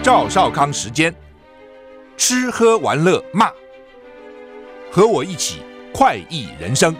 赵少康时间，吃喝玩乐骂，和我一起快意人生。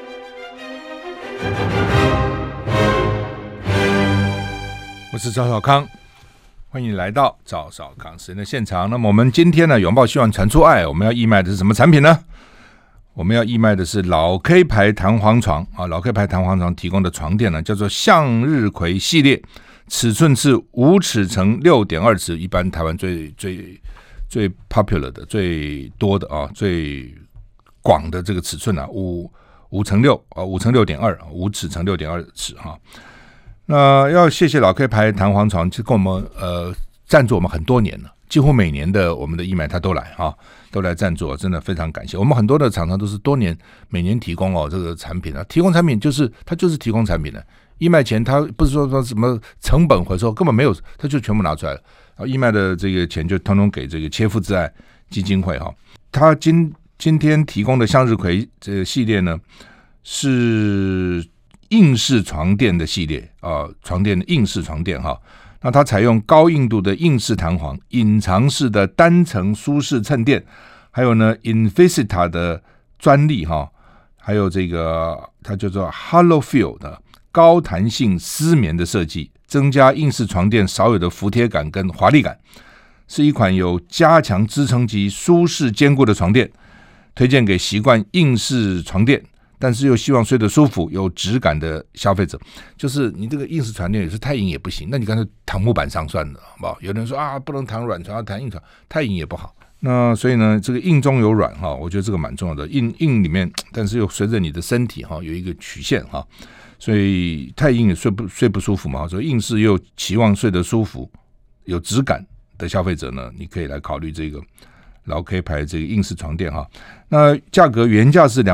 我是赵少康，欢迎来到赵少康时间的现场。那么我们今天呢，拥抱希望传出爱，我们要义卖的是什么产品呢？我们要义卖的是老 K 牌弹簧床啊，老 K 牌弹簧床提供的床垫呢，叫做向日葵系列，尺寸是5尺乘 6.2 尺，一般台湾最 popular 的、最多的啊、最广的这个尺寸啊，5乘6啊，5乘 6.2 5尺乘 6.2 尺哈。那要谢谢老 K 牌弹簧床，就跟我们赞助我们很多年了，几乎每年的我们的义卖他都来啊，都来赞助，真的非常感谢。我们很多的厂商都是多年每年提供这个产品啊，提供产品就是他就是提供产品的，义卖前他不是说什么成本回收，根本没有，他就全部拿出来了。然后义卖的这个钱就通通给这个切肤之爱基金会哈。他今天提供的向日葵这个系列呢，是硬式床垫的系列啊，床垫的硬式床垫哈。那它采用高硬度的硬式弹簧、隐藏式的单层舒适衬垫，还有呢 Invisita 的专利哈，还有这个它叫做 Hollow Feel 的高弹性丝棉的设计，增加硬式床垫少有的服帖感跟华丽感，是一款有加强支撑及舒适坚固的床垫，推荐给习惯硬式床垫但是又希望睡得舒服有质感的消费者。就是你这个硬式床垫也是太硬也不行，那你干脆躺木板上算了，好不好？有人说啊，不能躺软床，要躺硬床，太硬也不好。那所以呢，这个硬中有软哈，我觉得这个蛮重要的。硬里面，但是又随着你的身体哈有一个曲线哈，所以太硬也睡不舒服嘛。所以硬式又期望睡得舒服有质感的消费者呢，你可以来考虑这个老 K 牌这个硬式床垫哈。那价格原价是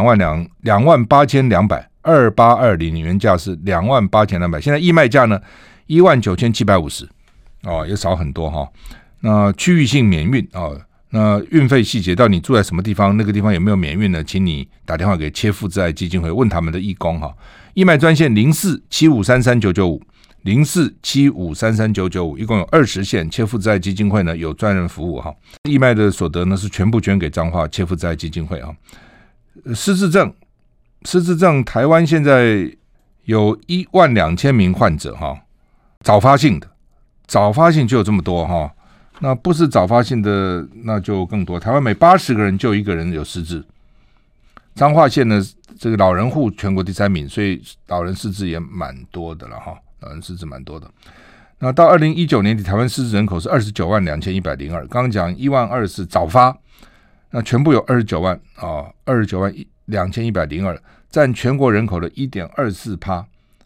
28,200，2820原价是28,200，现在义卖价呢19,750也少很多哈。那区域性免运那运费细节到你住在什么地方，那个地方有没有免运呢？请你打电话给切肤之爱基金会问他们的义工哈。义卖专线04753399950475339995，一共有20线，切肤之爱基金会呢有专人服务哈。义卖的所得呢是全部捐给彰化切肤之爱基金会啊。失智症台湾现在有12000名患者哈，早发性就有这么多哈。那不是早发性的那就更多，台湾每80个人就1个人有失智。彰化县呢这个老人户全国第3名，所以老人失智也蛮多的了哈，老人失智蛮多的。那到2019年底，台湾失智人口是292102，刚刚讲12000是早发，那全部有292102，占全国人口的 1.24%。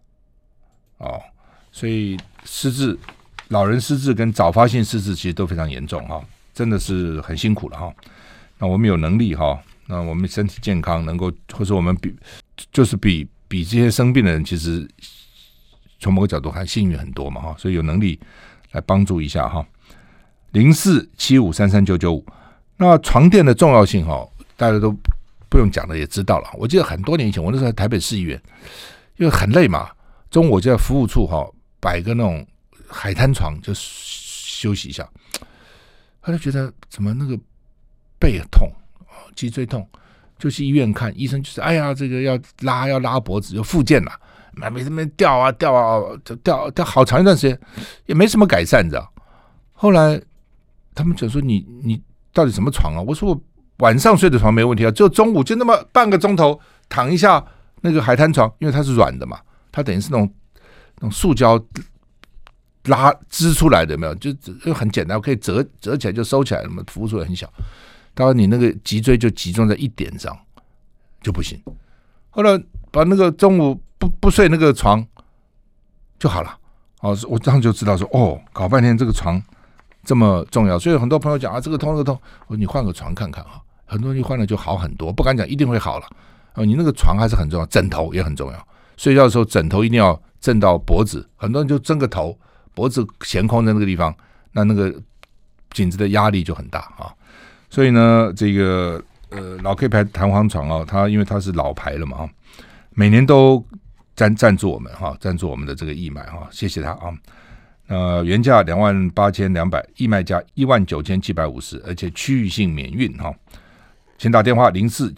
所以老人失智跟早发性失智其实都非常严重哈，真的是很辛苦了哈。那我们有能力哈，那我们身体健康能够，或者我们比这些生病的人，其实从某个角度还幸运很多嘛哈，所以有能力来帮助一下哈。0475339995，那床垫的重要性哈，大家都不用讲的也知道了。我记得很多年以前，我那时候在台北市议员，因为很累嘛，中午我就在服务处哈摆个那种海滩床就休息一下，他就觉得怎么那个背痛脊椎痛，就去医院看，医生就是哎呀这个要拉脖子，又复健了，每天掉好长一段时间也没什么改善，你知道。后来他们讲说你到底什么床啊？我说我晚上睡的床没问题啊，就中午就那么半个钟头躺一下那个海滩床，因为它是软的嘛，它等于是那种塑胶织出来的，有没有？就很简单，可以折起来就收起来了嘛，浮出来很小。当然你那个脊椎就集中在一点上就不行。后来把那个中午不睡那个床就好了。我这样就知道说搞半天这个床这么重要。所以很多朋友讲这个痛那个痛，我说你换个床看看哈，很多人换了就好很多，不敢讲一定会好了。你那个床还是很重要，枕头也很重要。睡觉的时候枕头一定要正到脖子，很多人就正个头，脖子悬空在那个地方，那个颈子的压力就很大啊。所以呢，这个老 K 牌弹簧床它因为它是老牌了嘛每年都赞助我们赞助我们的这个义卖谢谢他原价28,200，义卖价19,750，而且区域性免运哈。请打电话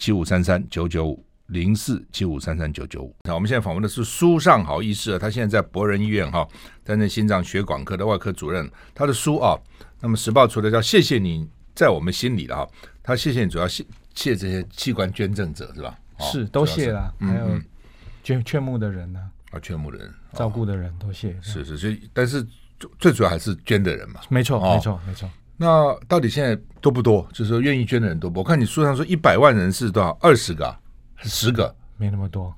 0475339995，0475339995。那我们现在访问的是苏尚豪医师，他现在在博仁医院哈，担任心脏血管科的外科主任。他的书啊，那么时报除了叫谢谢你在我们心里了哈，他谢谢你主要谢这些器官捐赠者是吧？ 是都谢了，还有劝募的人呢劝募的人、 照顾的人都谢。 是，所以但是最主要还是捐的人嘛。 没错。 那到底现在多不多？就是说愿意捐的人多不多？我看你书上说100万人是多少？20个、10个？ 没那么多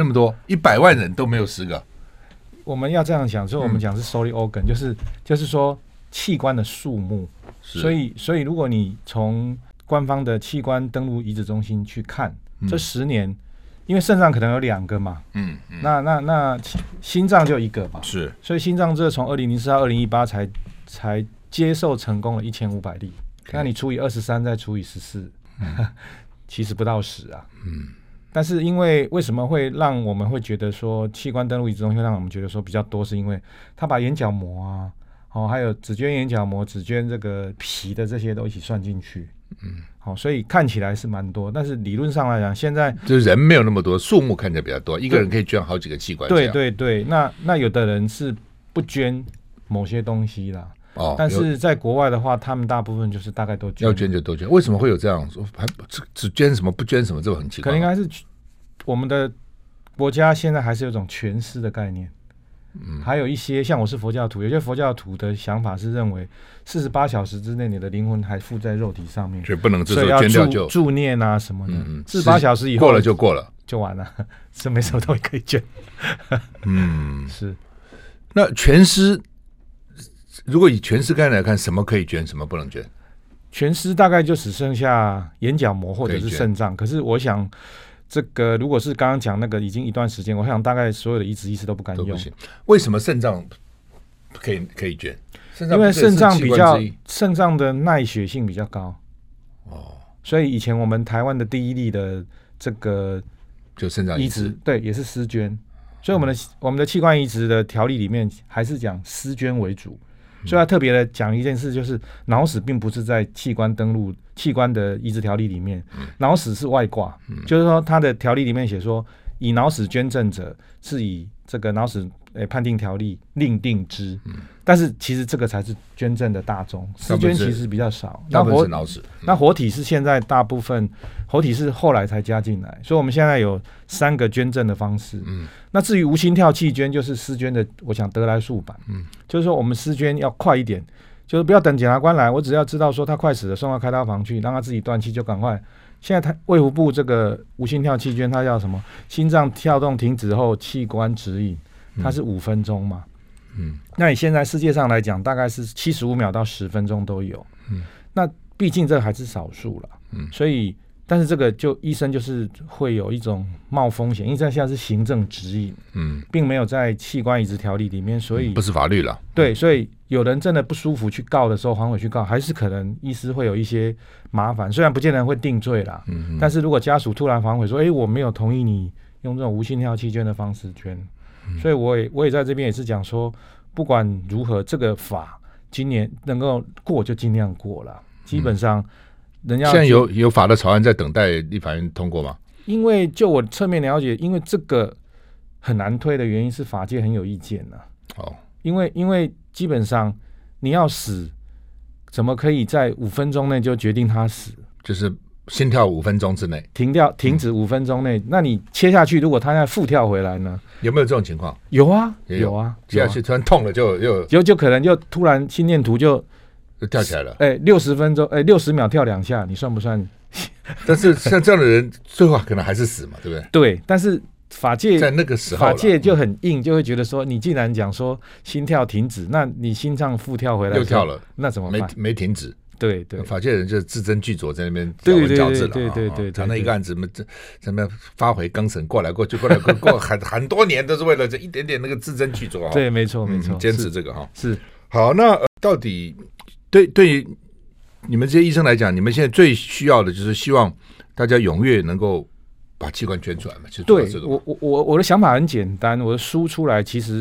，100万人都没有10个。 我们要这样讲，所以我们讲是 solid organ，就是说器官的数目。所以如果你从官方的器官登录移植中心去看，这10年，因为肾脏可能有2个嘛，那心脏就1个嘛， 是， 所以心脏这从2004到2018才接受成功了1500例，那你除以23再除以14，其实不到10啊。但是因为什么会让我们会觉得说器官登录移植中心会让我们觉得说比较多，是因为他把眼角膜啊，还有只捐眼角膜、只捐这个皮的这些都一起算进去。所以看起来是蛮多，但是理论上来讲，现在就是人没有那么多，数目看起来比较多，一个人可以捐好几个器官。 对，那有的人是不捐某些东西啦。但是在国外的话，他们大部分就是大概都捐， 要捐就都捐。为什么会有这样说？还只捐什么不捐什么？这个很奇怪。 可能应该是我们的国家现在还是有一种全尸的概念。还有一些像我是佛教徒，有些佛教徒的想法是认为48小时之内你的灵魂还附在肉体上面， 所以不能这时候捐掉就助念啊什么的。48小时以后过了就过了， 就完了，是没什么东西可以捐。是。 那全尸，如果以全尸概念来看，什么可以捐，什么不能捐？ 全尸大概就只剩下眼角膜或者是肾脏，可是我想。这个如果是刚刚讲那个已经一段时间，我想大概所有的移植医师都不敢用。 为什么肾脏可以捐？ 因为肾脏的耐血性比较高。所以以前我们台湾的第一例的这个就肾脏移植，对，也是私捐。所以我们的器官移植的条例里面还是讲私捐为主。所以要特别的讲一件事，就是脑死并不是在器官登录器官的移植条例里面，脑死是外挂，就是说它的条例里面写说，以脑死捐赠者是以这个脑死判定条例另定之，但是其实这个才是捐赠的大宗，私捐其实比较少。 那活体是现在大部分活体是后来才加进来，所以我们现在有3个捐赠的方式。那至于无心跳器捐，就是私捐的，我想得来速版。就是说我们私捐要快一点，就是不要等检察官来，我只要知道说他快死了，送到开刀房去，让他自己断气就赶快。现在卫福部这个无心跳器捐，它叫什么？心脏跳动停止后器官指引，它是5分钟嘛。那你现在世界上来讲，大概是75秒到10分钟都有。那毕竟这还是少数了。所以。但是这个医生就是会有一种冒风险，因为这现在是行政指引，并没有在器官移植条例里面，所以不是法律了。 对，所以有人真的不舒服去告的时候，还回去告，还是可能医师会有一些麻烦，虽然不见得会定罪啦，但是如果家属突然反悔说，我没有同意你用这种无心跳器捐的方式捐，所以我也在这边也是讲说，不管如何，这个法今年能够过就尽量过了，基本上。现在有法的草案在等待立法院通过吗？ 因为就我侧面了解，因为这个很难推的原因是法界很有意见因为基本上你要死，怎么可以在5分钟内就决定他死？ 就是心跳5分钟之内停止5分钟内，那你切下去，如果他再复跳回来呢？ 有没有这种情况？ 有啊， 切下去突然痛了就可能就突然心电图就跳起来了 ，60分钟，60秒跳2下，你算不算？ 但是像这样的人，最后可能还是死嘛，对不对？ 对，但是法界在那个时候， 法界就很硬，就会觉得说，你既然讲说心跳停止，那你心脏复跳回来又跳了， 那怎么办？ 没停止。 对， 法界人就是字斟句酌在那边咬文嚼字了， 对， 常常一个案子怎么发回更审过来过很多年都是为了这一点点那个字斟句酌。 对，没错， 坚持这个是好。那到底对于你们这些医生来讲，你们现在最需要的就是希望大家踊跃能够把器官捐出来嘛？ 对，我的想法很简单，我的书出来其实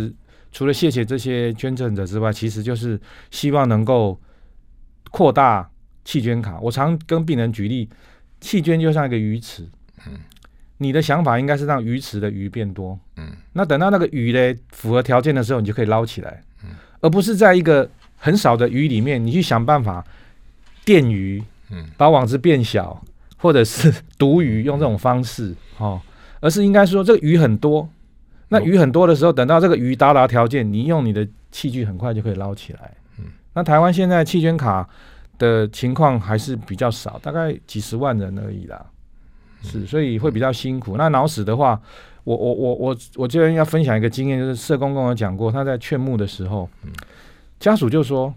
除了谢谢这些捐赠者之外，其实就是希望能够扩大弃捐卡。我常跟病人举例，弃捐就像一个鱼池，你的想法应该是让鱼池的鱼变多，那等到那个鱼呢符合条件的时候，你就可以捞起来，而不是在一个很少的鱼里面，你去想办法电鱼，把网子变小，或者是毒鱼，用这种方式，而是应该说这个鱼很多，那鱼很多的时候，等到这个鱼达条件，你用你的器具很快就可以捞起来。那台湾现在弃捐卡的情况还是比较少，大概几十万人而已啦，是，所以会比较辛苦。那脑死的话，我这边要分享一个经验，就是社工跟我讲过，他在劝募的时候，家属就说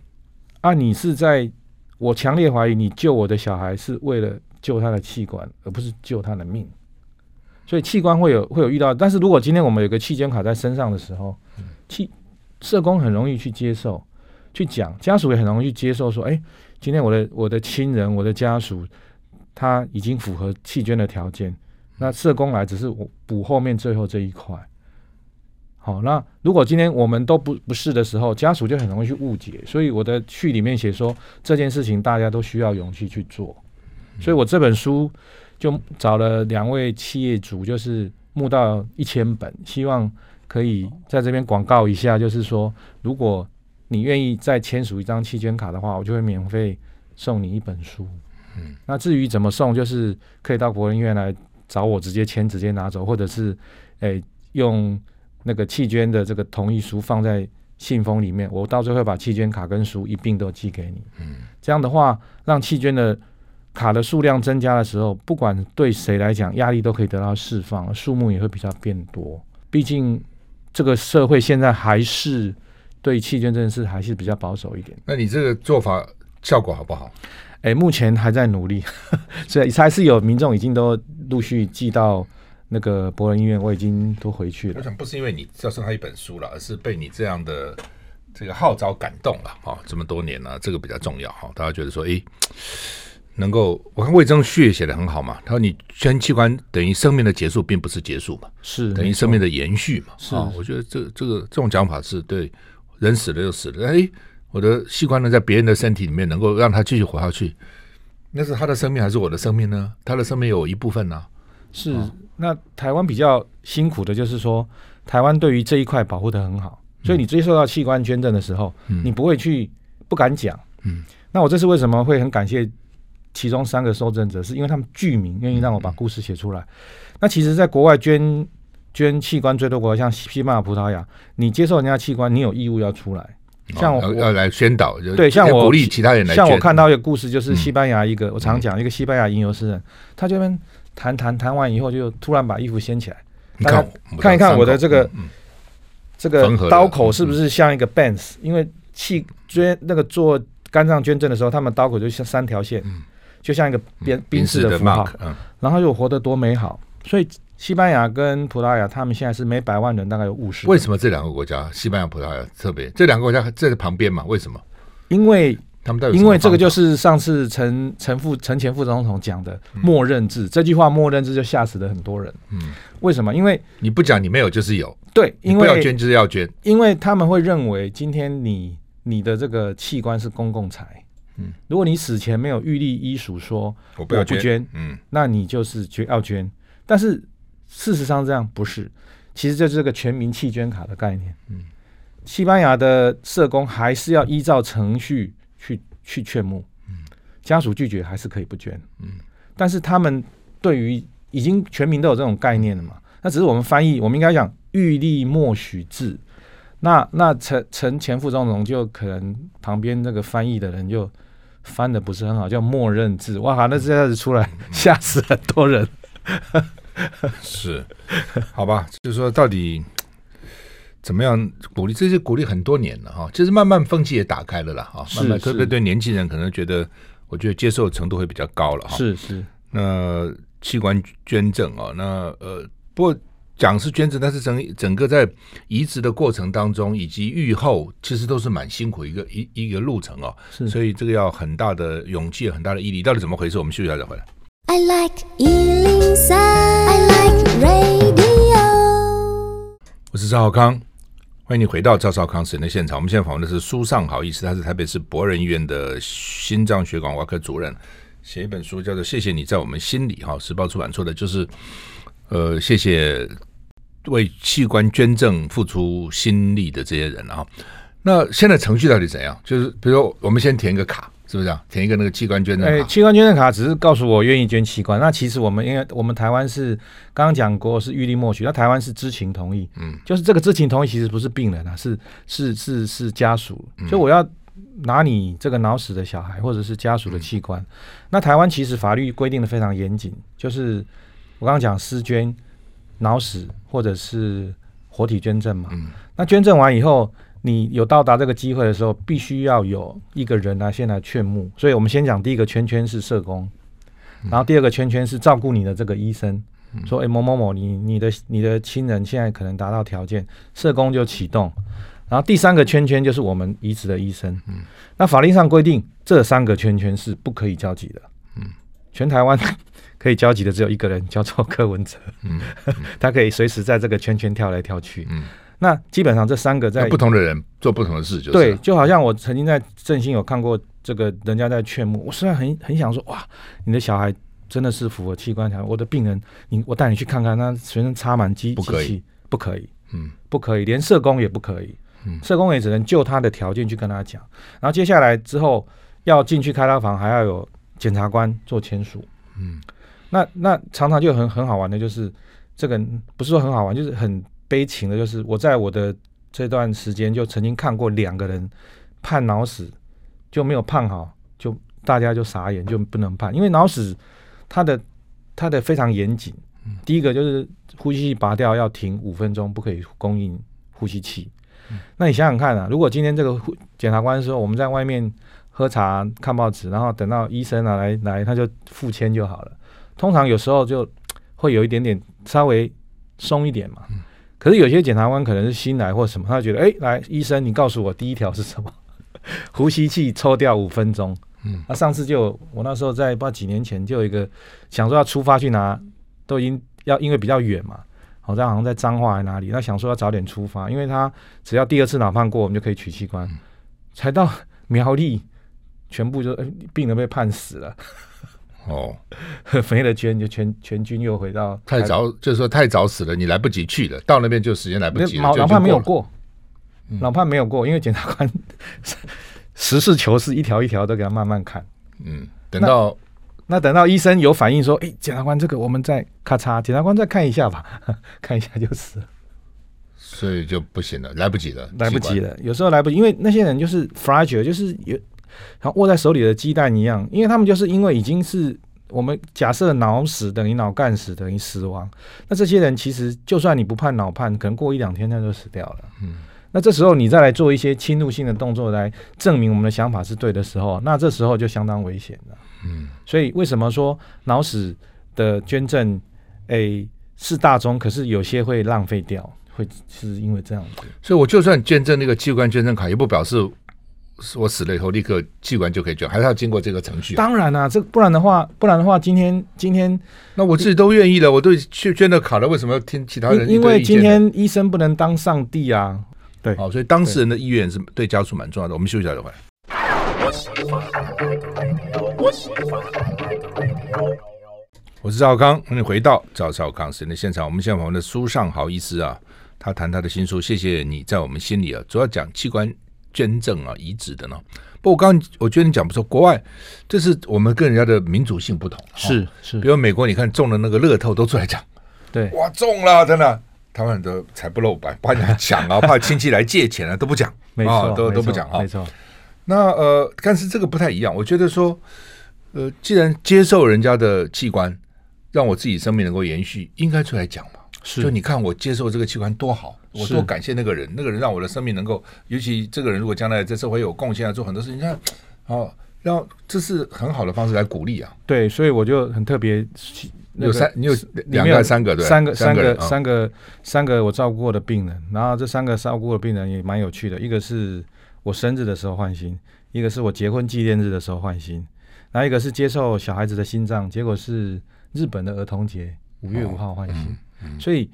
我强烈怀疑你救我的小孩是为了救他的器官，而不是救他的命。所以器官会有遇到，但是如果今天我们有个弃捐卡在身上的时候，社工很容易去接受，去讲，家属也很容易去接受，说，今天我的亲人，我的家属，他已经符合弃捐的条件，那社工来只是补后面最后这一块。好，那如果今天我们都不是的时候，家属就很容易去误解，所以我的序里面写说，这件事情大家都需要勇气去做。所以我这本书就找了2位企业主，就是募到1000本，希望可以在这边广告一下，就是说，如果你愿意再签署一张弃捐卡的话，我就会免费送你一本书。那至于怎么送，就是可以到国人院来找我直接签，直接拿走，或者是用那个弃捐的这个同意书放在信封里面，我到最后会把弃捐卡跟书一并都寄给你。这样的话，让弃捐的卡的数量增加的时候，不管对谁来讲，压力都可以得到释放，数目也会比较变多。毕竟这个社会现在还是对弃捐这件事还是比较保守一点。 那你这个做法效果好不好？ 目前还在努力，所以还是有民众已经都陆续寄到那个博仁医院，我已经都回去了。 我想不是因为你要送他一本书了，而是被你这样的这个号召感动了这么多年了，这个比较重要大家觉得说，能够，我看魏征旭写得很好嘛，他说你捐器官等于生命的结束，并不是结束嘛， 是等于生命的延续嘛。 是， 我觉得这种讲法是对，人死了就死了，我的器官呢在别人的身体里面能够让他继续活下去，那是他的生命还是我的生命呢？他的生命有我一部分呢。 是，那台湾比较辛苦的就是说，台湾对于这一块保护得很好，所以你接受到器官捐赠的时候，你不敢讲。那我这次为什么会很感谢其中3个受赠者，是因为他们具名愿意让我把故事写出来。那其实在国外捐器官最多国家，像西班牙、葡萄牙，你接受人家器官，你有义务要出来。像我要来宣导， 对，像我鼓励其他人来捐。 像我看到一个故事，就是西班牙我常讲一个西班牙吟游诗人，他这边谈完以后，就突然把衣服掀起来，看一看我的这个刀口是不是像一个 Benz？ 因为那个做肝脏捐赠的时候，他们刀口就像3条线，就像一个宾士的符号，然后又活得多美好。所以西班牙跟葡萄牙，他们现在是每100万人大概有50。 为什么这2个国家，西班牙、葡萄牙特别？这2个国家在旁边嘛？为什么？ 因为这个就是上次陈前副总统讲的默认制，这句话默认制就吓死了很多人。为什么？因为你不讲，你没有就是有。 对，因为不要捐就是要捐， 因为他们会认为今天你的这个器官是公共财。如果你死前没有预立医嘱说我不捐，那你就是要捐。但是事实上这样不是，其实这是个全民弃捐卡的概念。西班牙的社工还是要依照程序去劝募，家属拒绝还是可以不捐。但是他们对于已经全民都有这种概念了嘛，那只是我们翻译，我们应该讲预立默许制。那陈前副总统就可能旁边那个翻译的人就翻的不是很好，叫默认制。哇，那这样子出来吓死很多人。 是，好吧，就是说到底怎么样鼓励，这些鼓励很多年了其实慢慢风气也打开了啦慢慢特别对年轻人可能觉得，我觉得接受程度会比较高了是。 那器官捐赠不过讲是捐赠，但是整个在移植的过程当中以及预后，其实都是蛮辛苦一个路程所以这个要很大的勇气，很大的毅力。到底怎么回事？我们休息一下再回来。 I like 103, I like radio。 我是赵少康，欢欢迎你回到赵少康时的现场。我们现在访问的是苏尚豪医师，他是台北市博仁医院的心脏血管外科主任，写一本书叫做《谢谢你在我们心里》哈，时报出版出的，就是谢谢为器官捐赠付出心力的这些人啊。那现在程序到底怎样？就是比如说我们先填一个卡，是不是这样？填一个那个器官捐赠卡。 器官捐赠卡只是告诉我愿意捐器官。那其实因为我们台湾是刚刚讲过是预立默许，那台湾是知情同意，就是这个知情同意其实不是病人啊，是家属，所以我要拿你这个脑死的小孩或者是家属的器官。那台湾其实法律规定的非常严谨，就是我刚刚讲私捐、脑死或者是活体捐赠嘛。那捐赠完以后，你有到达这个机会的时候，必须要有一个人先来劝募。所以我们先讲第一个圈圈是社工，然后第二个圈圈是照顾你的这个医生，说某某某你的亲人现在可能达到条件，社工就启动。然后第三个圈圈就是我们移植的医生。那法律上规定这3个圈圈是不可以交集的。全台湾可以交集的只有一个人，叫做柯文哲。他可以随时在这个圈圈跳来跳去。那基本上这3个在不同的人做不同的事，就是对，就好像我曾经在振兴有看过这个人家在劝募，我虽然很想说，哇，你的小孩真的是符合器官条件，我的病人，我带你去看看，他全身插满机器，不可以，不可以，连社工也不可以，社工也只能就他的条件去跟他讲，然后接下来之后要进去开刀房，还要有检察官做签署，那常常就很好玩的，就是这个不是说很好玩，就是很悲情的，就是我在我的这段时间就曾经看过2个人判脑死就没有判好，就大家就傻眼，就不能判，因为脑死它的非常严谨。第一个就是呼吸器拔掉要停5分钟，不可以供应呼吸器。那你想想看啊，如果今天这个检察官说我们在外面喝茶看报纸，然后等到医生来他就付签就好了，通常有时候就会有一点点稍微松一点嘛。可是有些检察官可能是新来或什么，他就觉得来医生你告诉我第一条是什么，呼吸器抽掉5分钟。那上次我那时候在不知道几年前就有一个想说要出发去拿，都已经因为比较远嘛，好像在彰化还哪里，那想说要早点出发，因为他只要第2次脑判过我们就可以取器官，才到苗栗全部就病人被判死了。没了捐就全军又回到太早，就是说太早死了，你来不及去了，到那边就时间来不及了， 脑判没有过，脑判没有过，因为检察官实事求是，一条一条都给他慢慢看。 等到医生有反应说，检察官这个我们再咔嚓，检察官再看一下吧，看一下就死了， 所以就不行了，来不及了， 有时候来不及，因为那些人就是 fragile， 就是像握在手里的鸡蛋一样，因为他们就是因为已经是我们假设脑死等于脑干死等于死亡，那这些人其实就算你不判脑判，可能过1-2天他就死掉了。那这时候你再来做一些侵入性的动作来证明我们的想法是对的时候，那这时候就相当危险了。所以为什么说脑死的捐赠是大宗，可是有些会浪费掉，会是因为这样子。 所以我就算捐赠那个器官捐赠卡，也不表示我死了以后立刻器官就可以捐，还是要经过这个程序。 当然啊，不然的话，今天那我自己都愿意了，我都去捐了卡了，为什么要听其他人？ 因为今天医生不能当上帝啊。对， 所以当事人的意愿是对家属蛮重要的。我们休息一下就回来。我是赵康，欢迎回到赵少康时间的现场。我们现在访问的苏尚豪医师啊，他谈他的新书《谢谢你在我们心里》啊，主要讲器官捐赠啊、移植的呢。不过我觉得你讲不错，国外这是我们跟人家的民主性不同， 是，比如美国，你看中了那个乐透都出来讲， 对， 哇中了，真的。台湾人都财不露白，怕人家抢啊，怕亲戚来借钱啊，都不讲， 没错， 都不讲啊， 没错。 那但是这个不太一样，我觉得说，既然接受人家的器官，让我自己生命能够延续，应该出来讲嘛。就你看我接受这个器官多好，我多感谢那个人，那个人让我的生命能够，尤其这个人如果将来在社会有贡献啊，做很多事情，你看，让这是很好的方式来鼓励啊。 对，所以我就很特别。 你有2个3个对三个我照顾过的病人，然后这3个照顾的病人也蛮有趣的，一个是我生日的时候换心，一个是我结婚纪念日的时候换心，然后一个是接受小孩子的心脏，结果是日本的儿童节5月5号换心，所以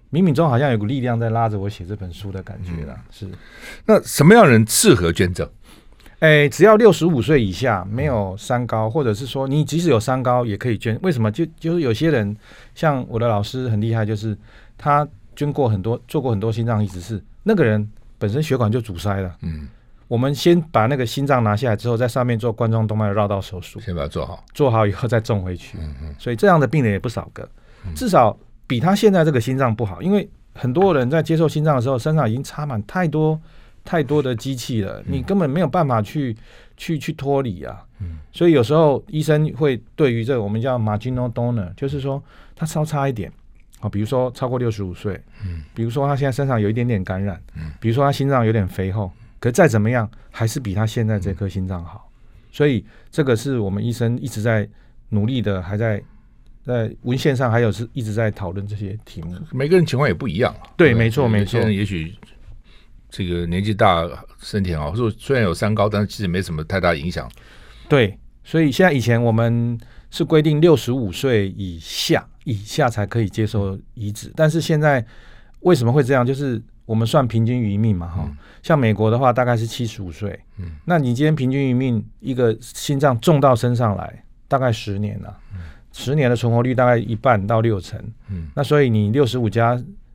冥冥中好像有个力量在拉着我写这本书的感觉啦。是。 那什么样的人适合捐赠？ 只要65岁以下，没有三高，或者是说你即使有三高也可以捐。为什么？就是有些人，像我的老师很厉害，就是他捐过很多，做过很多心脏移植，是那个人本身血管就阻塞了。我们先把那个心脏拿下来之后，在上面做冠状动脉绕道手术， 先把它做好， 做好以后再种回去。所以这样的病人也不少个，至少比他现在这个心脏不好，因为很多人在接受心脏的时候，身上已经插满太多的机器了，你根本没有办法去脱离啊。所以有时候医生会对于这个我们叫 marginal donor， 就是说他稍差一点，比如说超过65岁，比如说他现在身上有一点点感染，比如说他心脏有点肥厚，可再怎么样还是比他现在这颗心脏好。所以这个是我们医生一直在努力的，还在文献上还有是一直在讨论这些题目。 每个人情况也不一样。 对，没错。有些人也许这个年纪大，身体很好，虽然有三高，但是其实没什么太大影响。 对，所以现在以前我们是规定65岁以下才可以接受移植，但是现在为什么会这样？就是我们算平均余命嘛，像美国的话大概是75岁，那你今天平均余命，一个心脏种到身上来，大概10年了，10年的存活率大概1半到60%，那所以你65加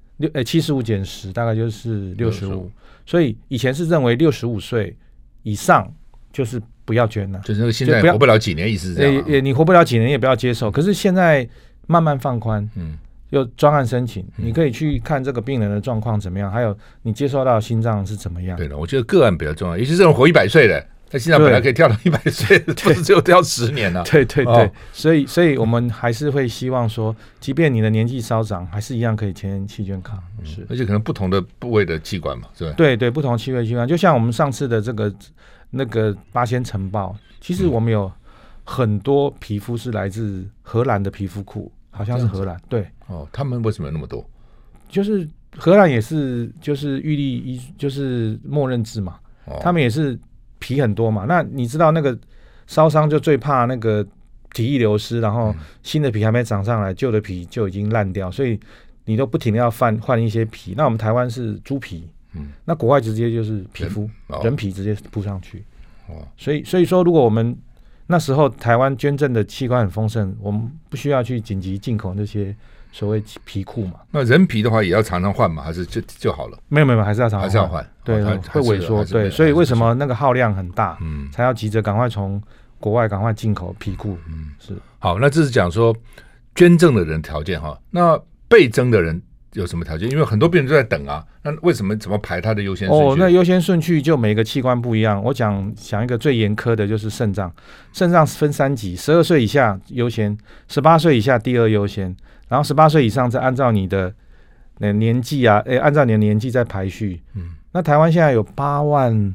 75减10大概就是65，所以以前是认为65岁以上就是不要捐了， 就是那个现在活不了几年，意思是这样。 你活不了几年也不要接受。可是现在慢慢放宽，有专案申请，你可以去看这个病人的状况怎么样，还有你接受到的心脏是怎么样。 对的，我觉得个案比较重要，尤其是这种活100岁的，他心脏本来可以跳到100岁，不是只有跳10年了。 对，所以我们还是会希望说，即便你的年纪稍长，还是一样可以签器捐卡。是， 而且可能不同的部位的器官嘛，是吧？ 对，不同器官，就像我们上次的这个那个八仙城堡，其实我们有很多皮肤是来自荷兰的皮肤库，好像是荷兰。对， 他们为什么有那么多？ 就是荷兰也是，就是预立就是默认制嘛，他们也是皮很多嘛。那你知道那个烧伤就最怕那个体液流失，然后新的皮还没长上来，旧的皮就已经烂掉，所以你都不停的要换一些皮。那我们台湾是猪皮，那国外直接就是皮肤人皮直接铺上去。所以说，如果我们那时候台湾捐赠的器官很丰盛，我们不需要去紧急进口那些所谓皮库嘛。 那人皮的话也要常常换嘛，还是就好了？ 没有，还是要常常换。 对，会萎缩。对，所以为什么那个耗量很大，才要急着赶快从国外赶快进口皮库？是。好， 那这是讲说捐赠的人条件哈，那被赠的人有什么条件？因为很多病人都在等啊，那为什么怎么排他的优先顺序？ 那优先顺序就每个器官不一样。我讲一个最严苛的就是肾脏，肾脏分3级，12岁以下优先，18岁以下第2优先，然后18岁以上再按照你的年纪按照你的年纪再排序。那台湾现在有8万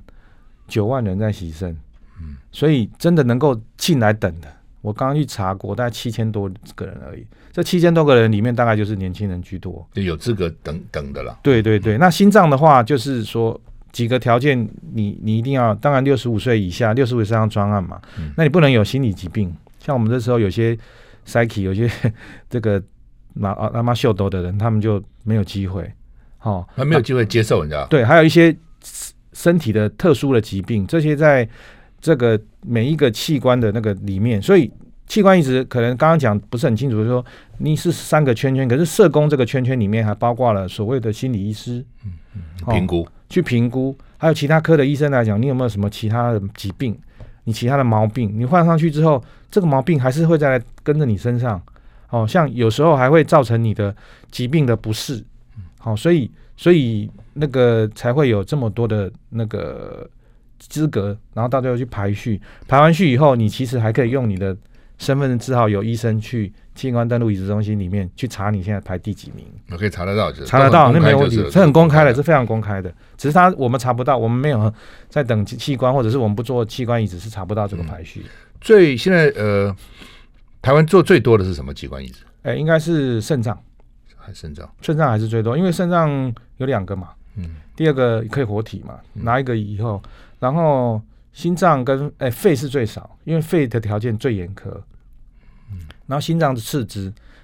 9万人在洗肾，所以真的能够进来等的，我刚刚去查过，大概7000多个人而已。这7000多个人里面，大概就是年轻人居多， 有资格等的啦。 对，那心脏的话，就是说几个条件你一定要，当然65岁以下，65岁以上专案嘛。那你不能有心理疾病，像我们这时候有些 psyche 有些这个阿妈秀逗的人，他们就没有机会。 他没有机会接受人家。 对，还有一些身体的特殊的疾病，这些在这个每一个器官的那个里面，所以器官移植可能刚刚讲不是很清楚，就是说你是3个圈圈，可是社工这个圈圈里面还包括了所谓的心理医师，去评估，还有其他科的医生来讲，你有没有什么其他的疾病，你其他的毛病，你换上去之后，这个毛病还是会再来跟着你身上，像有时候还会造成你的疾病的不适，所以那个才会有这么多的那个资格，然后到最后去排序，排完序以后，你其实还可以用你的身份证字号，有医生去器官登录移植中心里面去查你现在排第几名。 我可以查得到， 那没有问题，这很公开的，是非常公开的。只是我们查不到，我们没有在等器官，或者是我们不做器官移植，是查不到这个排序。 现在台湾做最多的是什么器官移植？ 应该是肾脏。肾脏还是最多，因为肾脏有2个嘛。第2个可以活体嘛，拿一个以后，然后心脏跟肺是最少，因为肺的条件最严苛。然后心脏是次之，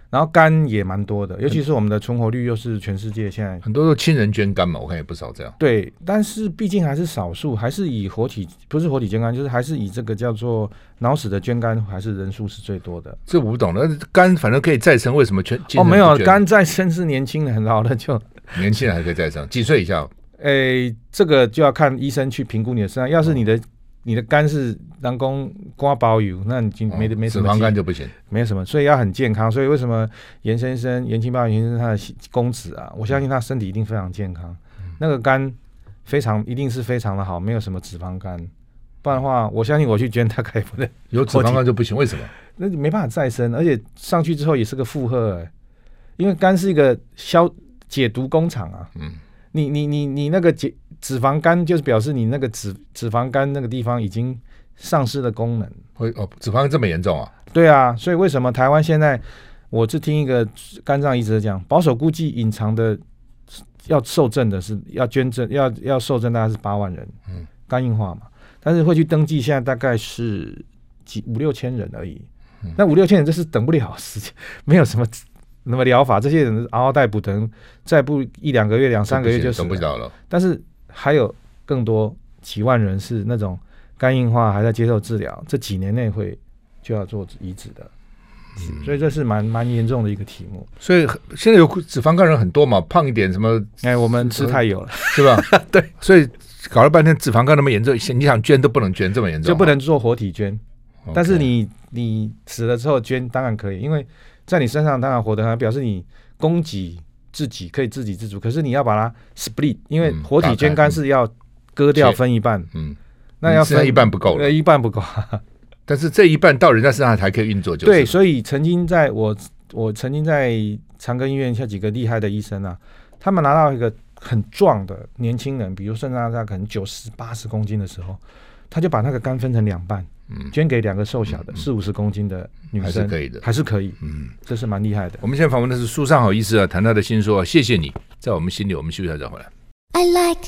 然后肝也蛮多的，尤其是我们的存活率又是全世界现在很多都亲人捐肝嘛，我看也不少这样。 对，但是毕竟还是少数，还是以不是活体捐肝，就是还是以这个叫做脑死的捐肝，还是人数是最多的。 这我不懂了，肝反正可以再生，为什么全没有肝再生是年轻人，老了就年轻人还可以再生，几岁以下？ 这个就要看医生去评估你的身上，要是你的肝是人工刮包油，那你就没什么脂肪肝就不行， 没有什么，所以要很健康。所以为什么严先生、严清标严先生他的公子啊，我相信他身体一定非常健康，那个肝一定是非常的好，没有什么脂肪肝。不然的话，我相信我去捐大概不能有脂肪肝就不行，为什么？ 那你没办法再生，而且上去之后也是个负荷因为肝是一个解毒工厂啊。你那个脂肪肝就是表示你那个脂肪肝那个地方已经丧失了功能。 脂肪肝这么严重啊？对啊，所以为什么台湾现在，我是听一个肝脏医生讲，保守估计隐藏的要受赠的是要捐赠要受赠大概是8万人，肝硬化嘛，但是会去登记现在大概是5-6千人而已。那5-6千人这是等不了时间，没有什么那么疗法，这些人嗷嗷待哺，等再不1-2个月、2-3个月就死了。但是还有更多几万人是那种肝硬化还在接受治疗，这几年内就要做移植的。所以这是蛮严重的一个题目。 所以现在有脂肪肝人很多嘛，胖一点什么？ 我们吃太油了， 是吧？ 对， 所以搞了半天脂肪肝那么严重，你想捐都不能捐，这么严重， 就不能做活体捐。但是你死了之后捐当然可以，因为在你身上当然活得很好，表示你供给自己可以自给自足。可是你要把它 split， 因为活体捐肝是要割掉分一半，那要分一半不够了， 一半不够。但是这一半到人家身上还可以运作，就是对。所以我曾经在长庚医院下几个厉害的医生啊，他们拿到一个很壮的年轻人，比如肾脏可能90-80公斤的时候，他就把那个肝分成2半。捐给2个瘦小的40-50公斤的女生，还是可以，这是蛮厉害的。 我们现在访问的是苏尚好医师啊，谈他的新书啊，谢谢你，在我们心里，我们休息一下再回来。 I like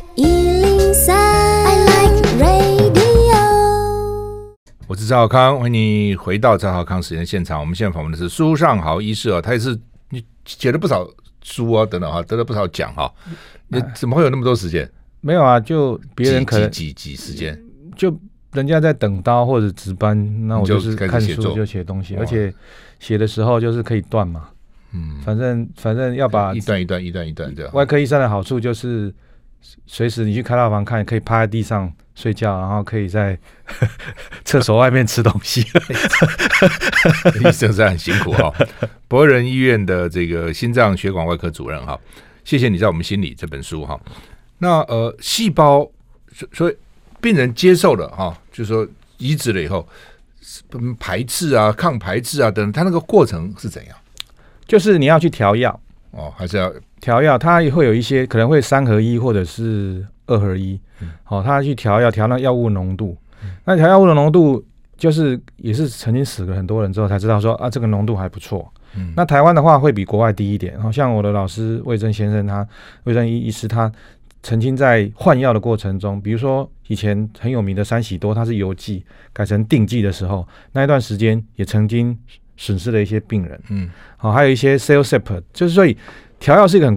103, I like radio。 我是赵少康，欢迎你回到赵少康时间现场。我们现在访问的是苏尚好医师啊，他也是你写了不少书啊，等等哈，得了不少奖哈。你怎么会有那么多时间？ 没有啊，就别人可能挤时间就。人家在等刀或者值班，那我就是看书就写东西，而且写的时候就是可以断嘛，反正要把一段这样。 外科医生的好处就是随时你去开刀房看，可以趴在地上睡觉，然后可以在厕所外面吃东西。 医生是很辛苦哈，博仁医院的这个心脏血管外科主任哈，谢谢你在我们心里这本书哈。那细胞所以。病人接受了就是说移植了以后，排斥啊、抗排斥啊等等，它那个过程是怎样？ 就是你要去调药还是要调药？它会有一些可能会3合1或者是2合1，它去调药，调那药物浓度。那调药物的浓度，就是也是曾经死了很多人之后才知道说这个浓度还不错。那台湾的话会比国外低一点，像我的老师魏正先生，魏正医师他。曾经在换药的过程中，比如说以前很有名的三喜多，它是邮寄改成定剂的时候，那一段时间也曾经损失了一些病人。还有一些 CellCept， 就是所以调药是一个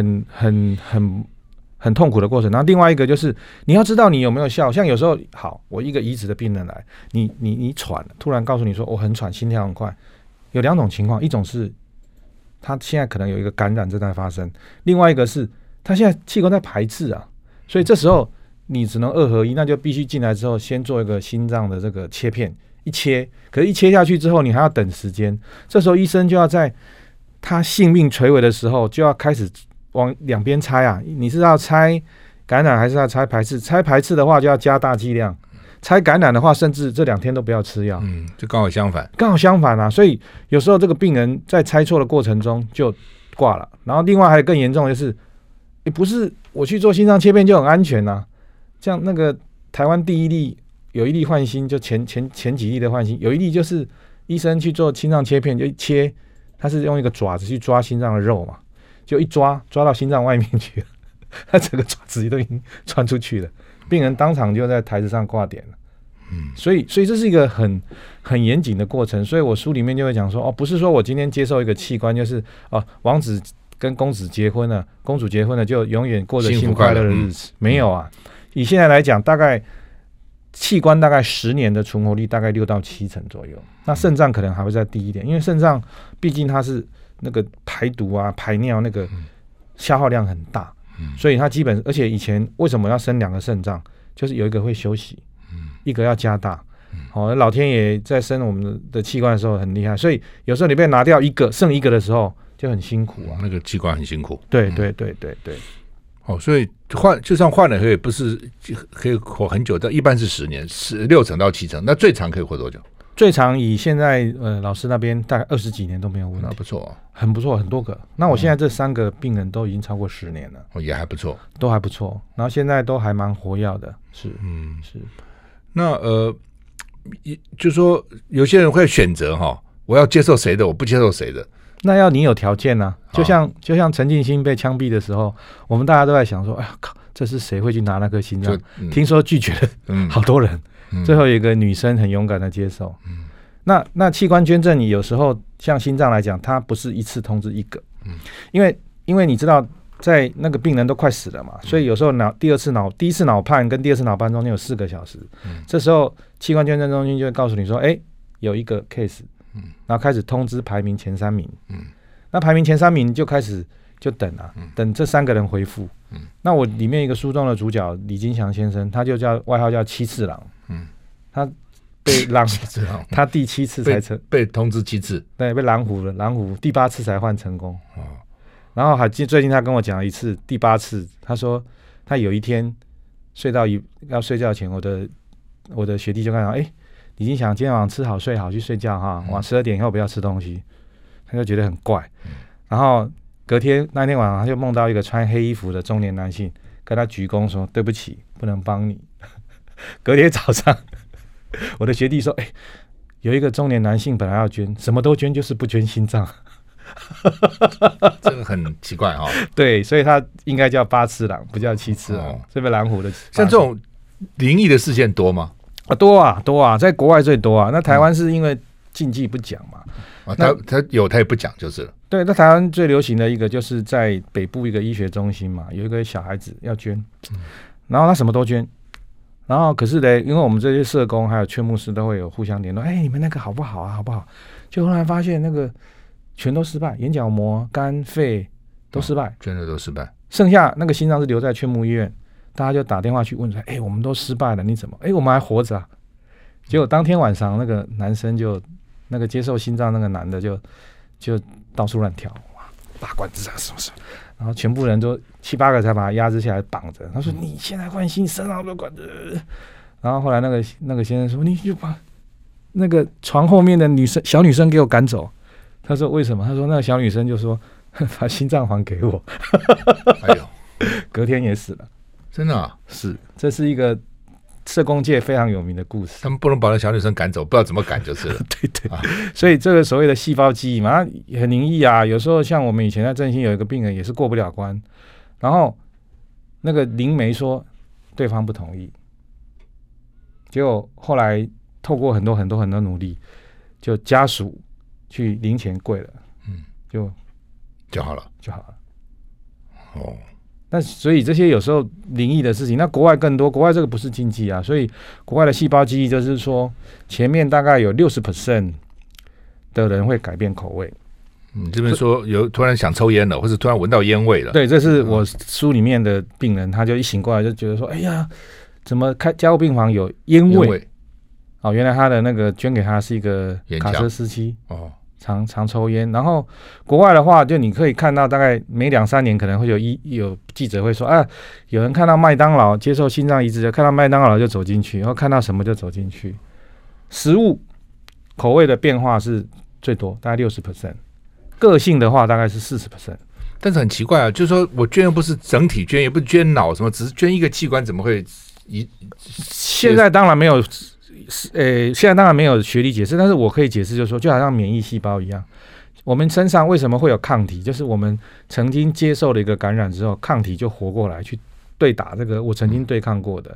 很痛苦的过程。然后另外一个就是你要知道你有没有效，像有时候我一个移植的病人来，你喘，突然告诉你说我很喘，心跳很快，有2种情况，一种是他现在可能有一个感染正在发生，另外一个是。他现在器官在排斥啊，所以这时候你只能2合1，那就必须进来之后先做一个心脏的这个切片，一切，可是一切下去之后你还要等时间，这时候医生就要在他性命垂危的时候就要开始往2边拆啊，你是要拆感染还是要拆排斥？拆排斥的话就要加大剂量，拆感染的话甚至这2天都不要吃药， 就刚好相反啊，所以有时候这个病人在拆错的过程中就挂了。然后另外还有更严重的就是不是我去做心脏切片就很安全啊，像那个台湾第一例有1例换心，就前几例的换心，有1例就是医生去做心脏切片，就一切，他是用一个爪子去抓心脏的肉嘛，就一抓到心脏外面去了，他整个爪子都已经穿出去了，病人当场就在台子上挂点了。 所以这是一个很严谨的过程。所以我书里面就会讲说，不是说我今天接受一个器官，就是王子跟公主结婚了，公主结婚了就永远过着幸福快乐的日子，没有啊。以现在来讲，大概器官大概10年的存活率大概6到7成左右。那肾脏可能还会再低一点，因为肾脏毕竟它是那个排毒啊、排尿那个消耗量很大，所以它基本，而且以前为什么要生2个肾脏，就是有一个会休息，一个要加大。老天爷在生我们的器官的时候很厉害，所以有时候你被拿掉一个，剩一个的时候就很辛苦啊。 那个器官很辛苦。 对。 所以就算换了也不是可以活很久，但一般是10年，6成到7成。那最长可以活多久？ 最长以现在老师那边大概20几年都没有问题， 那不错很不错，很多个。那我现在这3个病人都已经超过10年了， 也还不错， 都还不错。然后现在都还蛮活跃的，是。 那就说有些人会选择我要接受谁的，我不接受谁的。 那要你有条件啊，就像陈进兴被枪毙的时候，我们大家都在想说，哎呀靠，这是谁会去拿那颗心脏？听说拒绝了好多人，最后有一个女生很勇敢的接受。那器官捐赠，你有时候像心脏来讲，它不是一次通知一个，因为你知道，在那个病人都快死了嘛，所以有时候第一次脑判跟第二次脑判中间有4个小时，这时候器官捐赠中心就会告诉你说，有一个 case。然后开始通知排名前3名，那排名前3名就开始就等啊，等这3个人回复。那我里面一个书中的主角李金祥先生，他就外号叫7次郎，他被他第7次才被通知7次， 对，被狼虎第8次才换成功。然后最近他跟我讲了一次，第8次，他说他有一天要睡觉前，我的学弟就跟他讲，李金祥今天晚上吃好睡好去睡觉哈，晚12点以后不要吃东西，他就觉得很怪。然后那天晚上他就梦到一个穿黑衣服的中年男性跟他鞠躬说对不起，不能帮你。隔天早上，我的学弟说，有一个中年男性本来要捐，什么都捐，就是不捐心脏。 这个很奇怪对，所以他应该叫8次郎，不叫7次郎，这边狼虎的。 像这种灵异的事件多吗？ 多啊，在国外最多啊。那台湾是因为禁忌不讲嘛， 他也不讲就是了。对， 那台湾最流行的一个就是在北部一个医学中心嘛，有一个小孩子要捐，然后他什么都捐，然后可是呢，因为我们这些社工还有劝牧师都会有互相联络，你们那个好不好啊？好不好？就后来发现那个全都失败，眼角膜、肝、肺都失败， 捐的都失败， 剩下那个心脏是留在劝牧医院。大家就打电话去问说，我们都失败了，你怎么？我们还活着啊！结果当天晚上，那个男生那个接受心脏那个男的就到处乱跳，哇，拔管子啊什么，然后全部人都7、8个才把他压制下来绑着。他说：“你现在换心，身上都管子。”然后后来那个先生说：“你就把那个床后面的小女生给我赶走。”他说：“为什么？”他说：“那个小女生就说把心脏还给我。” 哎呦， 隔天也死了。 真的啊？ 是，这是一个社工界非常有名的故事。 他们不能把那小女生赶走，不知道怎么赶就是了。 对、所以这个所谓的细胞记忆嘛，很灵异啊。有时候像我们以前在振兴有一个病人也是过不了关，然后那个灵媒说对方不同意，结果后来透过很多努力，就家属去灵前跪了， 就好了。 那所以这些有时候灵异的事情，那国外更多，国外这个不是禁忌啊，所以国外的细胞记忆就是说，前面大概有60% 的人会改变口味。 你这边说有突然想抽烟了，或者突然闻到烟味了。 对，这是我书里面的病人，他就一醒过来就觉得说，哎呀，怎么加护病房有烟味？原来他的那个捐给他是一个卡车司机。常抽烟，然后国外的话，就你可以看到，大概每2、3年可能会有记者会说，有人看到麦当劳接受心脏移植，看到麦当劳就走进去，然后看到什么就走进去。食物口味的变化是最多，大概60%，个性的话大概是40%。 但是很奇怪啊，就是说我捐又不是整体捐，也不是捐脑什么，只是捐一个器官，怎么会现在当然没有。现在当然没有学理解释，但是我可以解释，就是说，就好像免疫细胞一样，我们身上为什么会有抗体？就是我们曾经接受了一个感染之后，抗体就活过来去对打这个我曾经对抗过的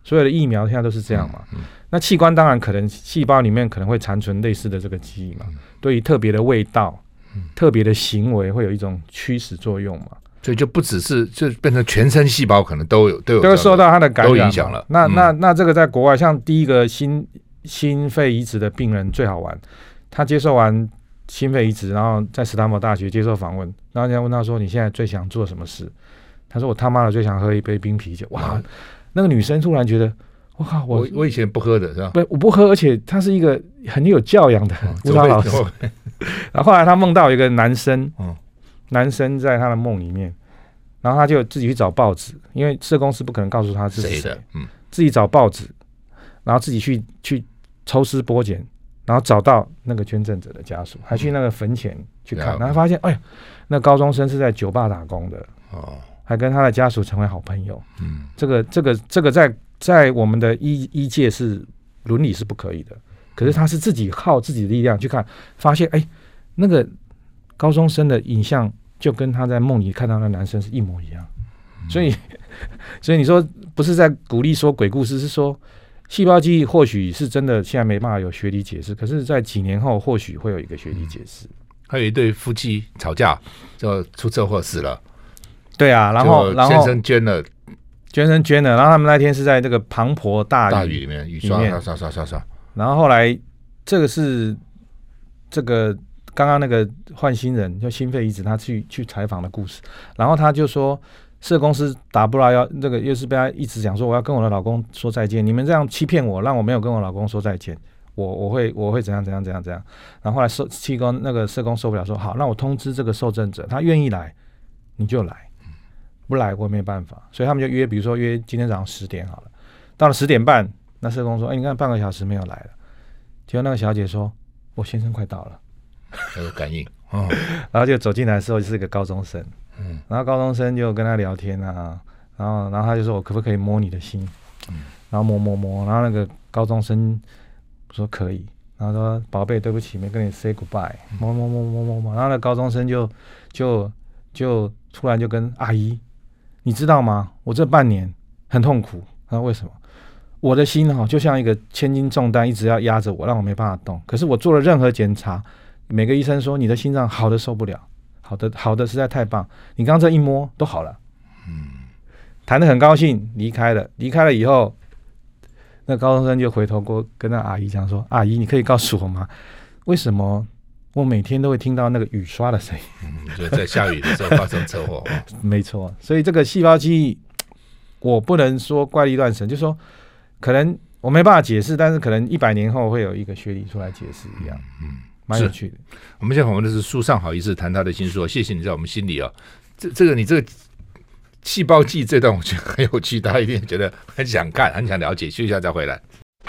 所有的疫苗现在都是这样嘛。那器官当然可能细胞里面可能会残存类似的这个记忆嘛，对于特别的味道、特别的行为会有一种驱使作用嘛。 所以就不只是就变成全身细胞可能都会受到它的感染， 都影响了。 那这个在国外，像第一个心肺移植的病人最好玩，他接受完心肺移植，然后在斯坦福大学接受访问，然后人家问他说：“你现在最想做什么事？”他说：“我他妈的最想喝一杯冰啤酒。”哇，那个女生突然觉得，我靠， 我以前不喝的是吧？ 不，我不喝，而且他是一个很有教养的舞蹈老师。然后后来他梦到一个男生，男生在他的梦里面，然后他就自己去找报纸，因为社公司不可能告诉他是谁的，自己找报纸，然后自己去抽丝剥茧，然后找到那个捐赠者的家属，还去那个坟前去看，然后发现，哎呀，那高中生是在酒吧打工的，还跟他的家属成为好朋友。这个在我们的医界是伦理是不可以的，可是他是自己靠自己的力量去看，发现那个高中生的影像就跟他在梦里看到的男生是一模一样。所以你说不是在鼓励说鬼故事，是说细胞记忆或许是真的现在没办法有学理解释，可是在几年后或许会有一个学理解释。 还有一对夫妻吵架就出车祸死了， 对啊，然后先生捐了， 然后他们那天是在这个滂沱大雨里面，雨刷， 然后后来这个是这个刚刚那个换新人就心肺移植他去采访的故事，然后他就说社公司打不来，要这个又是被他一直讲说我要跟我的老公说再见，你们这样欺骗我，让我没有跟我老公说再见，我会怎样，然后后来气功那个社工受不了说好，那我通知这个受赠者，他愿意来你就来，不来我也没办法，所以他们就约，比如说约今天早上10点好了，到了10点半，那社工说你看半个小时没有来了，结果那个小姐说我先生快到了， 有感应然后就走进来的时候就是一个高中生，然后高中生就跟他聊天啊，然后他就说我可不可以摸你的心，然后摸，然后那个高中生说可以，然后说宝贝对不起没跟你 say goodbye， 摸，然后那高中生就突然就跟阿姨，你知道吗？我这半年很痛苦。他说为什么？我的心就像一个千斤重担，一直要压着我，让我没办法动。可是我做了任何检查，每个医生说你的心脏好的受不了，好的实在太棒。你刚刚这一摸都好了，谈得很高兴，离开了以后，那高中生就回头过跟那阿姨讲说：“阿姨，你可以告诉我吗？为什么我每天都会听到那个雨刷的声音？” 就在下雨的时候发生车祸。 没错，所以这个细胞记忆，我不能说怪力乱神，就说可能我没办法解释，但是可能100年后会有一个学理出来解释一样，蛮有趣的。 我们现在访问的是苏尚好医师，谈他的新书。谢谢你在我们心里这个你这个细胞记忆这段我觉得很有趣，大家一定觉得很想看，很想了解。休息一下再回来。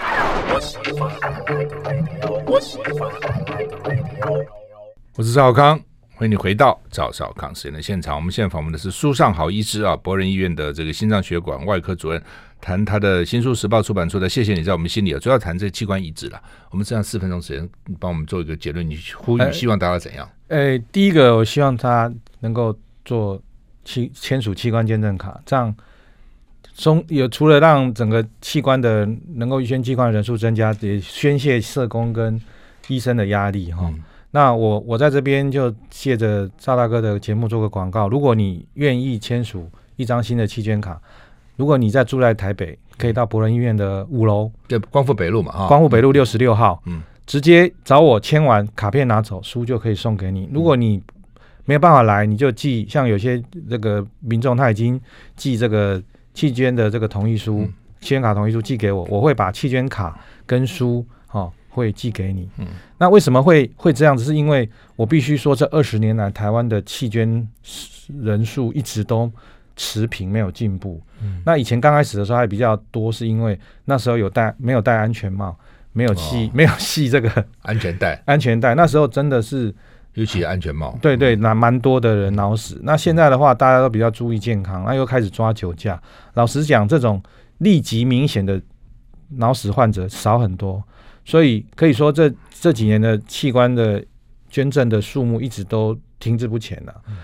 我是赵少康，欢迎你回到赵少康实验的现场。我们现在访问的是苏尚好医师博仁医院的这个心脏血管外科主任，谈他的新书时报出版出的《谢谢你在我们心里》，主要谈这器官移植了。我们剩下4分钟时间，帮我们做一个结论，你呼吁希望大家怎样？ 第一个，我希望他能够做签署器官捐赠卡，这样除了让整个器官的能够捐器官的人数增加，也宣泄社工跟医生的压力那我在这边就借着赵大哥的节目做个广告，如果你愿意签署一张新的器捐卡，如果你住在台北，可以到博仁医院的5楼， 对，光复北路嘛， 光复北路66号，直接找我签完卡片拿走，书就可以送给你。如果你没有办法来，你就寄，像有些这个民众他已经寄这个器捐的这个同意书，器捐卡同意书寄给我，我会把器捐卡跟书会寄给你。那为什么会这样子？是因为我必须说，这20年来台湾的器捐人数一直都持平，没有进步。那以前刚开始的时候还比较多，是因为那时候没有戴安全帽，没有系这个安全带， 那时候真的是。 尤其安全帽， 对，蛮多的人脑死。那现在的话，大家都比较注意健康，那又开始抓酒驾。老实讲，这种立即明显的脑死患者少很多，所以可以说这几年的器官的捐赠的数目一直都停滞不前了。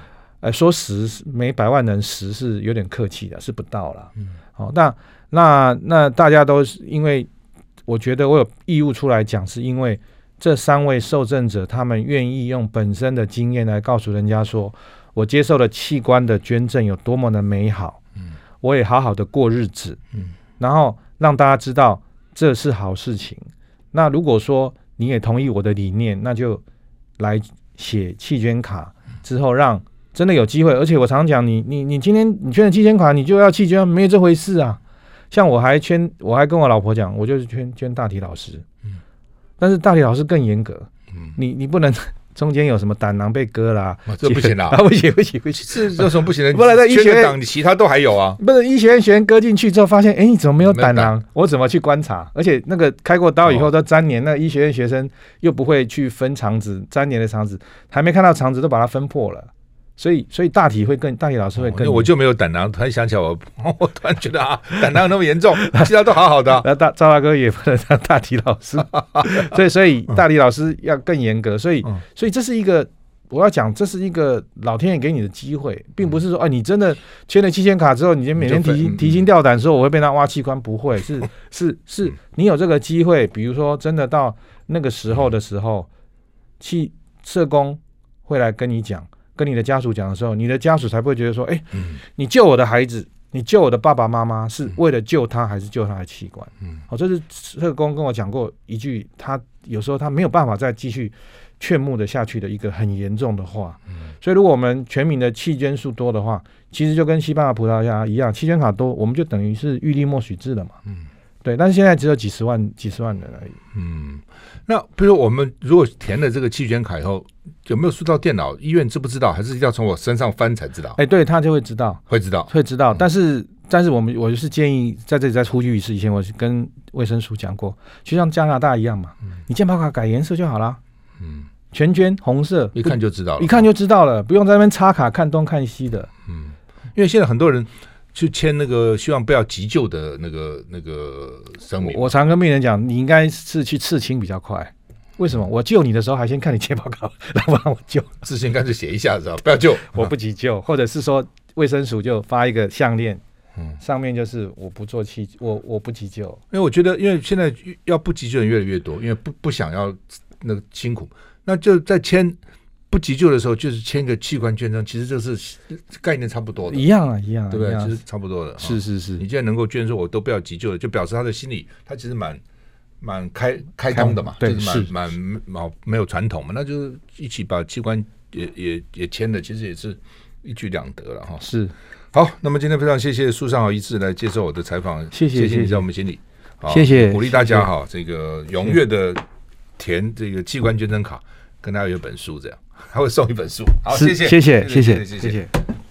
说10每100万人10是有点客气的，是不到啦。好，那大家都是因为，我觉得我有义务出来讲，是因为这3位受赠者他们愿意用本身的经验来告诉人家说，我接受了器官的捐赠有多么的美好，我也好好的过日子，然后让大家知道这是好事情。那如果说你也同意我的理念，那就来写弃捐卡，之后让真的有机会。而且我常讲，你今天你捐了弃捐卡，你就要弃捐，没有这回事啊。像我还跟我老婆讲，我就是捐大体老师，但是大体老师更严格，你不能中间有什么胆囊被割啦， 这不行啦， 不行， 这有什么不行的？ 不然在医学院， 你其他都还有啊。 不是医学院学员割进去之后，发现你怎么没有胆囊？我怎么去观察？而且那个开过刀以后都粘连，那医学院学生又不会去分肠子，粘连的肠子还没看到肠子都把它分破了。所以大体老师会更， 我就没有胆囊。突然想起来我突然觉得胆囊那么严重，其他都好好的。 那赵大哥也不能当大体老师，所以大体老师要更严格。所以这是一个我要讲，这是一个老天爷给你的机会，并不是说你真的签了弃捐卡之后，你就每天提心吊胆说我会被他挖器官，不会，是你有这个机会。比如说真的到那个时候的时候，社工会来跟你讲。跟你的家属讲的时候，你的家属才不会觉得说，你救我的孩子，你救我的爸爸妈妈，是为了救他还是救他的器官？这是社工跟我讲过一句，他有时候他没有办法再继续劝募的下去的一个很严重的话。所以如果我们全民的弃捐数多的话，其实就跟西班牙、葡萄牙一样，弃捐卡多，我们就等于是预立默许制了嘛。对，但是现在只有几十万人而已。 那比如我们如果填了这个弃捐卡以后，有没有输到电脑？医院知不知道？还是要从我身上翻才知道？ 对，他就会知道， 会知道。 但是我就是建议在这里再呼吁一次，以前我跟卫生署讲过，就像加拿大一样嘛，你健保卡改颜色就好了。全捐红色， 一看就知道了，不用在那边插卡看东看西的。 因为现在很多人去签那个希望不要急救的那个声明。 我常跟病人讲，你应该是去刺青比较快。为什么？我救你的时候还先看你健保卡，然后让我救。 之前干脆写一下子，不要救， 我不急救，或者是说卫生署就发一个项链，上面就是我不做我不急救。 因为我觉得，因为现在要不急救的人越来越多，因为不想要那个辛苦，那就在签不急救的时候，就是签个器官捐赠，其实这是概念差不多的， 一样， 对不对？其实差不多的。 是。 你既然能够捐说我都不要急救了，就表示他的心里他其实蛮开通的嘛， 对， 就是蛮没有传统嘛，那就是一起把器官也签了，其实也是一举两得了哈。 是。 好，那么今天非常谢谢苏尚豪医师来接受我的采访，谢谢你在我们心里， 谢谢鼓励大家哈，这个踊跃的填这个器官捐赠卡，跟大家有本书这样，他会送一本书。好，谢谢。